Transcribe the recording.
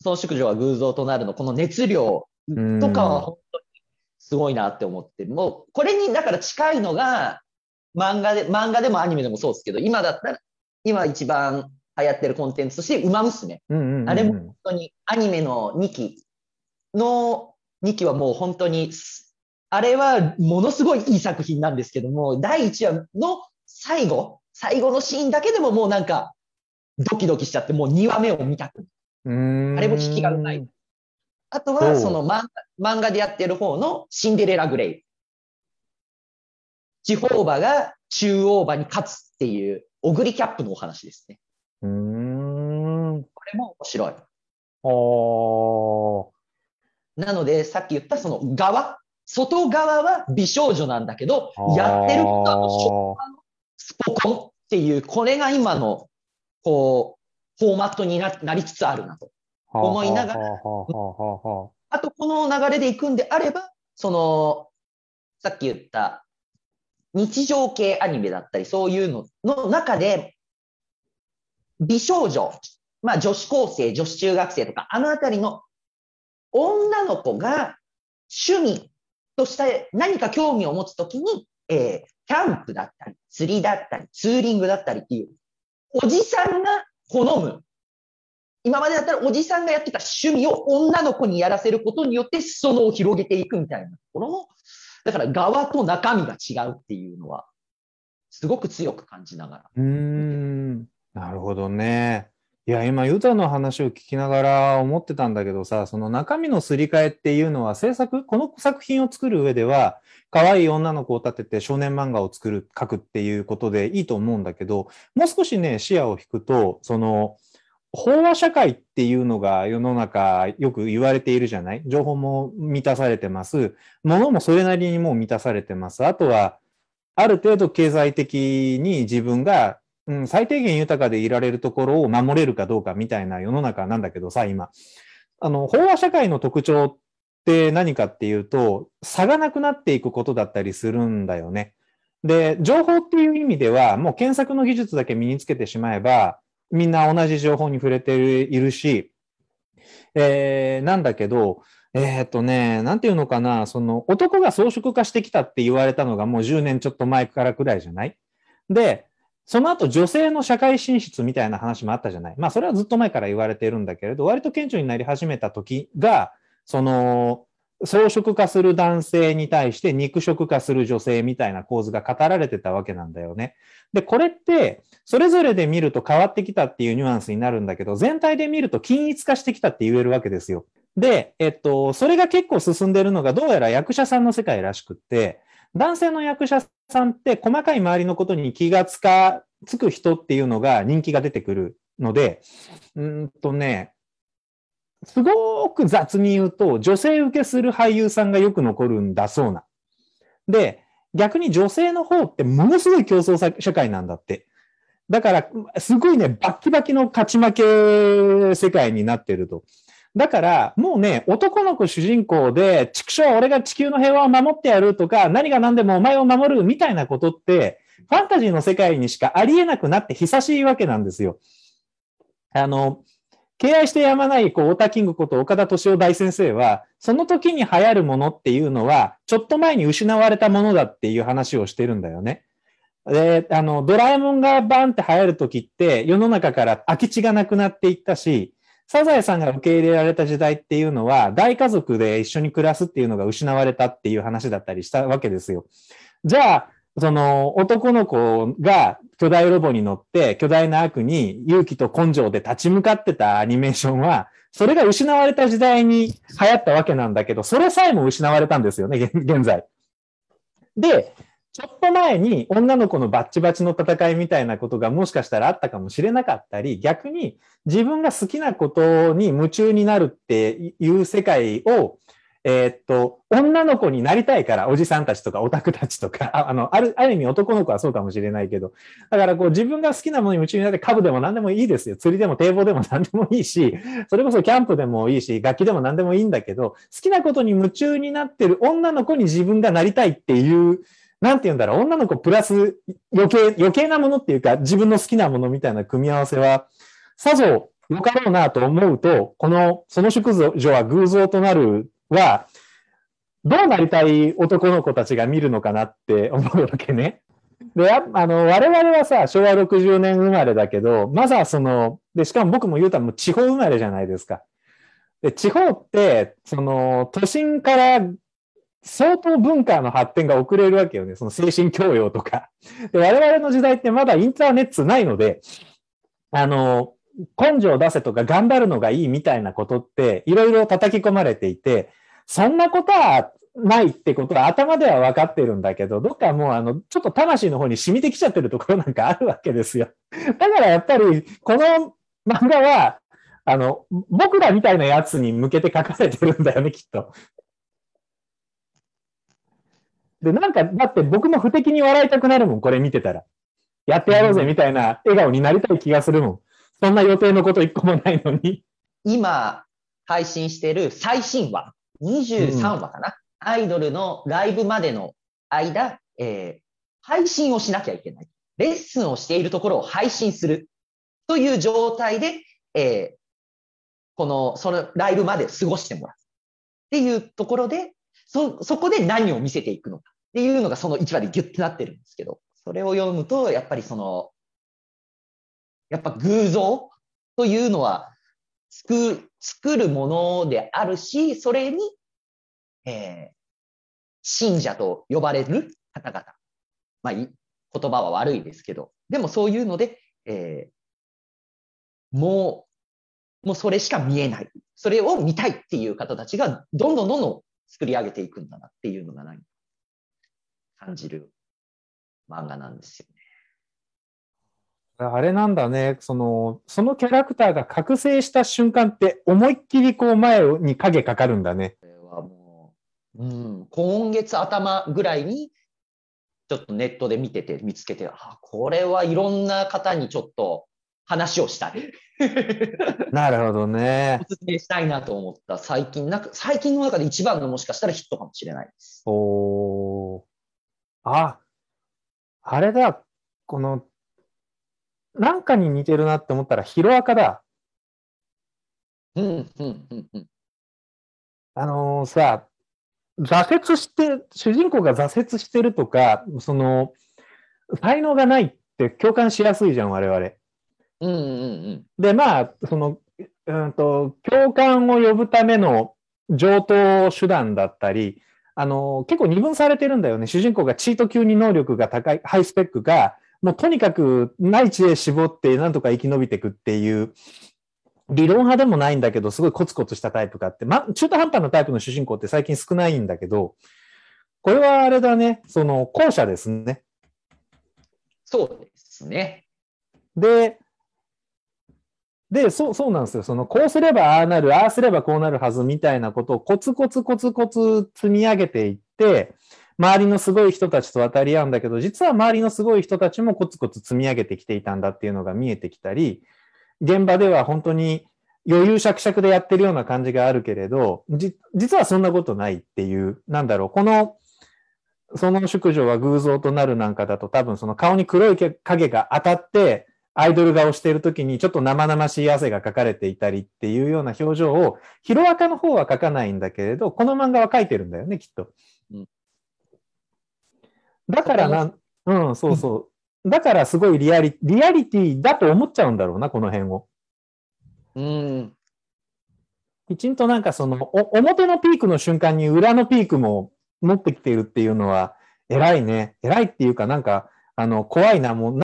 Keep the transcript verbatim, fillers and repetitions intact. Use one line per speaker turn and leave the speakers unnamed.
孫淑女は偶像となるの、この熱量とかは本当にすごいなって思って、もう、これにだから近いのが、漫画で、漫画でもアニメでもそうですけど、今だったら、今一番流行ってるコンテンツとして、ウマ娘。
うんうんうんうん、
あれも本当にアニメのにきの、にきはもう本当に、あれはものすごいいい作品なんですけども、だいいちわの最後、最後のシーンだけでももうなんか、ドキドキしちゃって、もうにわめを見たく。
うーん、
あれも引きがうまい。あとは、その漫画、漫画でやってる方のシンデレラグレイ。地方馬が中央馬に勝つっていう、オグリキャップのお話ですね。
うーん。
これも面白い。
おー。
なので、さっき言ったその側、外側は美少女なんだけど、やってることは昭和のスポコンっていう、これが今の、こう、フォーマットに な, なりつつあるなと思いながら、あとこの流れでいくんであれば、その、さっき言った日常系アニメだったり、そういうのの中で、美少女、まあ女子高生、女子中学生とか、あのあたりの女の子が趣味として何か興味を持つときに、えー、キャンプだったり、釣りだったり、ツーリングだったりっていう、おじさんが好む。今までだったらおじさんがやってた趣味を女の子にやらせることによって裾野を広げていくみたいなところも、だから側と中身が違うっていうのは、すごく強く感じながら。
うーん、なるほどね。いや、今、ユタの話を聞きながら思ってたんだけどさ、その中身のすり替えっていうのは制作、この作品を作る上では、可愛い女の子を立てて少年漫画を作る、書くっていうことでいいと思うんだけど、もう少しね、視野を引くと、その、飽和社会っていうのが世の中よく言われているじゃない？情報も満たされてます。物もそれなりにもう満たされてます。あとは、ある程度経済的に自分が、うん、最低限豊かでいられるところを守れるかどうかみたいな世の中なんだけどさ、今。あの、飽和社会の特徴って何かっていうと、差がなくなっていくことだったりするんだよね。で、情報っていう意味では、もう検索の技術だけ身につけてしまえば、みんな同じ情報に触れているし、えー、なんだけど、えー、っとね、なんていうのかな、その男が装飾化してきたって言われたのがもうじゅうねんちょっと前からくらいじゃない？で、その後女性の社会進出みたいな話もあったじゃない？まあそれはずっと前から言われているんだけれど、割と顕著になり始めた時が、その、装飾化する男性に対して肉食化する女性みたいな構図が語られてたわけなんだよね。で、これって、それぞれで見ると変わってきたっていうニュアンスになるんだけど、全体で見ると均一化してきたって言えるわけですよ。で、えっと、それが結構進んでるのがどうやら役者さんの世界らしくって、男性の役者さんって細かい周りのことに気がつか、つく人っていうのが人気が出てくるので、うんとね、すごく雑に言うと、女性受けする俳優さんがよく残るんだそうな。で、逆に女性の方ってものすごい競争社会なんだって。だから、すごいね、バッキバキの勝ち負け世界になってると。だから、もうね、男の子主人公で、畜生、俺が地球の平和を守ってやるとか、何が何でもお前を守るみたいなことって、ファンタジーの世界にしかありえなくなって久しいわけなんですよ。あの、敬愛してやまない、こう、オタキングこと岡田敏夫大先生は、その時に流行るものっていうのは、ちょっと前に失われたものだっていう話をしてるんだよね。で、あの、ドラえもんがバンって流行る時って、世の中から空き地がなくなっていったし、サザエさんが受け入れられた時代っていうのは、大家族で一緒に暮らすっていうのが失われたっていう話だったりしたわけですよ。じゃあ、その男の子が巨大ロボに乗って巨大な悪に勇気と根性で立ち向かってたアニメーションは、それが失われた時代に流行ったわけなんだけど、それさえも失われたんですよね、現在。で、ちょっと前に女の子のバッチバチの戦いみたいなことがもしかしたらあったかもしれなかったり、逆に自分が好きなことに夢中になるっていう世界を、えー、っと、女の子になりたいから、おじさんたちとかオタクたちとか、あ, あの、ある、ある意味男の子はそうかもしれないけど、だからこう自分が好きなものに夢中になって株でも何でもいいですよ。釣りでも堤防でも何でもいいし、それこそキャンプでもいいし、楽器でも何でもいいんだけど、好きなことに夢中になってる女の子に自分がなりたいっていう、なんて言うんだろう、女の子プラス余計、余計なものっていうか、自分の好きなものみたいな組み合わせは、さぞよかろうなと思うと、この、その淑女は偶像となるは、どうなりたい男の子たちが見るのかなって思うわけね。で、あの、我々はさ、しょうわろくじゅうねん生まれだけど、まだその、で、しかも僕も言うたらもう地方生まれじゃないですか。で、地方って、その、都心から相当文化の発展が遅れるわけよね。その精神教養とか。で、我々の時代ってまだインターネットないので、あの、根性を出せとか頑張るのがいいみたいなことっていろいろ叩き込まれていて、そんなことはないってことは頭では分かってるんだけど、どっかもうあの、ちょっと魂の方に染みてきちゃってるところなんかあるわけですよ。だからやっぱり、この漫画は、あの、僕らみたいなやつに向けて書かれてるんだよね、きっと。で、なんか、だって僕も不敵に笑いたくなるもん、これ見てたら。やってやろうぜみたいな笑顔になりたい気がするもん。そんな予定のこと一個もないのに。
今、配信している最新話、にじゅうさんわかな、うん、アイドルのライブまでの間、えー、配信をしなきゃいけない。レッスンをしているところを配信するという状態で、えー、この、そのライブまで過ごしてもらうっていうところで、そ、そこで何を見せていくのかっていうのがそのいちわでギュッてなってるんですけど、それを読むと、やっぱりその、やっぱ偶像というのは作、作るものであるし、それに、えー、信者と呼ばれる方々。まあ、言葉は悪いですけど、でもそういうので、えー、もう、もうそれしか見えない。それを見たいっていう方たちが、どんどんどんどん作り上げていくんだなっていうのが何か感じる漫画なんですよね。
あれなんだね、その、そのキャラクターが覚醒した瞬間って思いっきりこう前に影かかるんだね。
これはもう、うん、今月頭ぐらいに、ちょっとネットで見てて、見つけて、あ、これはいろんな方にちょっと話をしたい。
なるほどね。
おすすめしたいなと思った。最近、なんか、最近の中で一番のもしかしたらヒットかもしれないです。
おー。あ、あれだ。この、なんかに似てるなって思ったらヒロアカだ。
うん、うん、うん、うん。
あのー、さ、挫折して、主人公が挫折してるとか、その、才能がないって共感しやすいじゃん、我々。
うん、うん、うん。
で、まあ、その、うんと、共感を呼ぶための上等手段だったり、あの、結構二分されてるんだよね。主人公がチート級に能力が高い、ハイスペックが、もうとにかく内地へ絞ってなんとか生き延びていくっていう、理論派でもないんだけど、すごいコツコツしたタイプがあって、ま、中途半端なタイプの主人公って最近少ないんだけど、これはあれだね、その後者ですね。
そうですね。
で、で、そう、そうなんですよ。その、こうすればああなる、ああすればこうなるはずみたいなことをコツコツコツコツ積み上げていって、周りのすごい人たちと渡り合うんだけど、実は周りのすごい人たちもコツコツ積み上げてきていたんだっていうのが見えてきたり、現場では本当に余裕しゃくしゃくでやってるような感じがあるけれど、じ、実はそんなことないっていう、なんだろう、この、その淑女は偶像となるなんかだと多分その顔に黒い影が当たって、アイドル顔しているときにちょっと生々しい汗が描かれていたりっていうような表情を、ヒロアカの方は描かないんだけれど、この漫画は描いてるんだよね、きっと。うん、だからなん、うん、そうそう。だからすごいリアリ、リアリティだと思っちゃうんだろうな、この辺を。
うん。
きちんとなんかその、お表のピークの瞬間に裏のピークも持ってきているっていうのは、偉いね。偉いっていうかなんか、あの、怖いな、もう。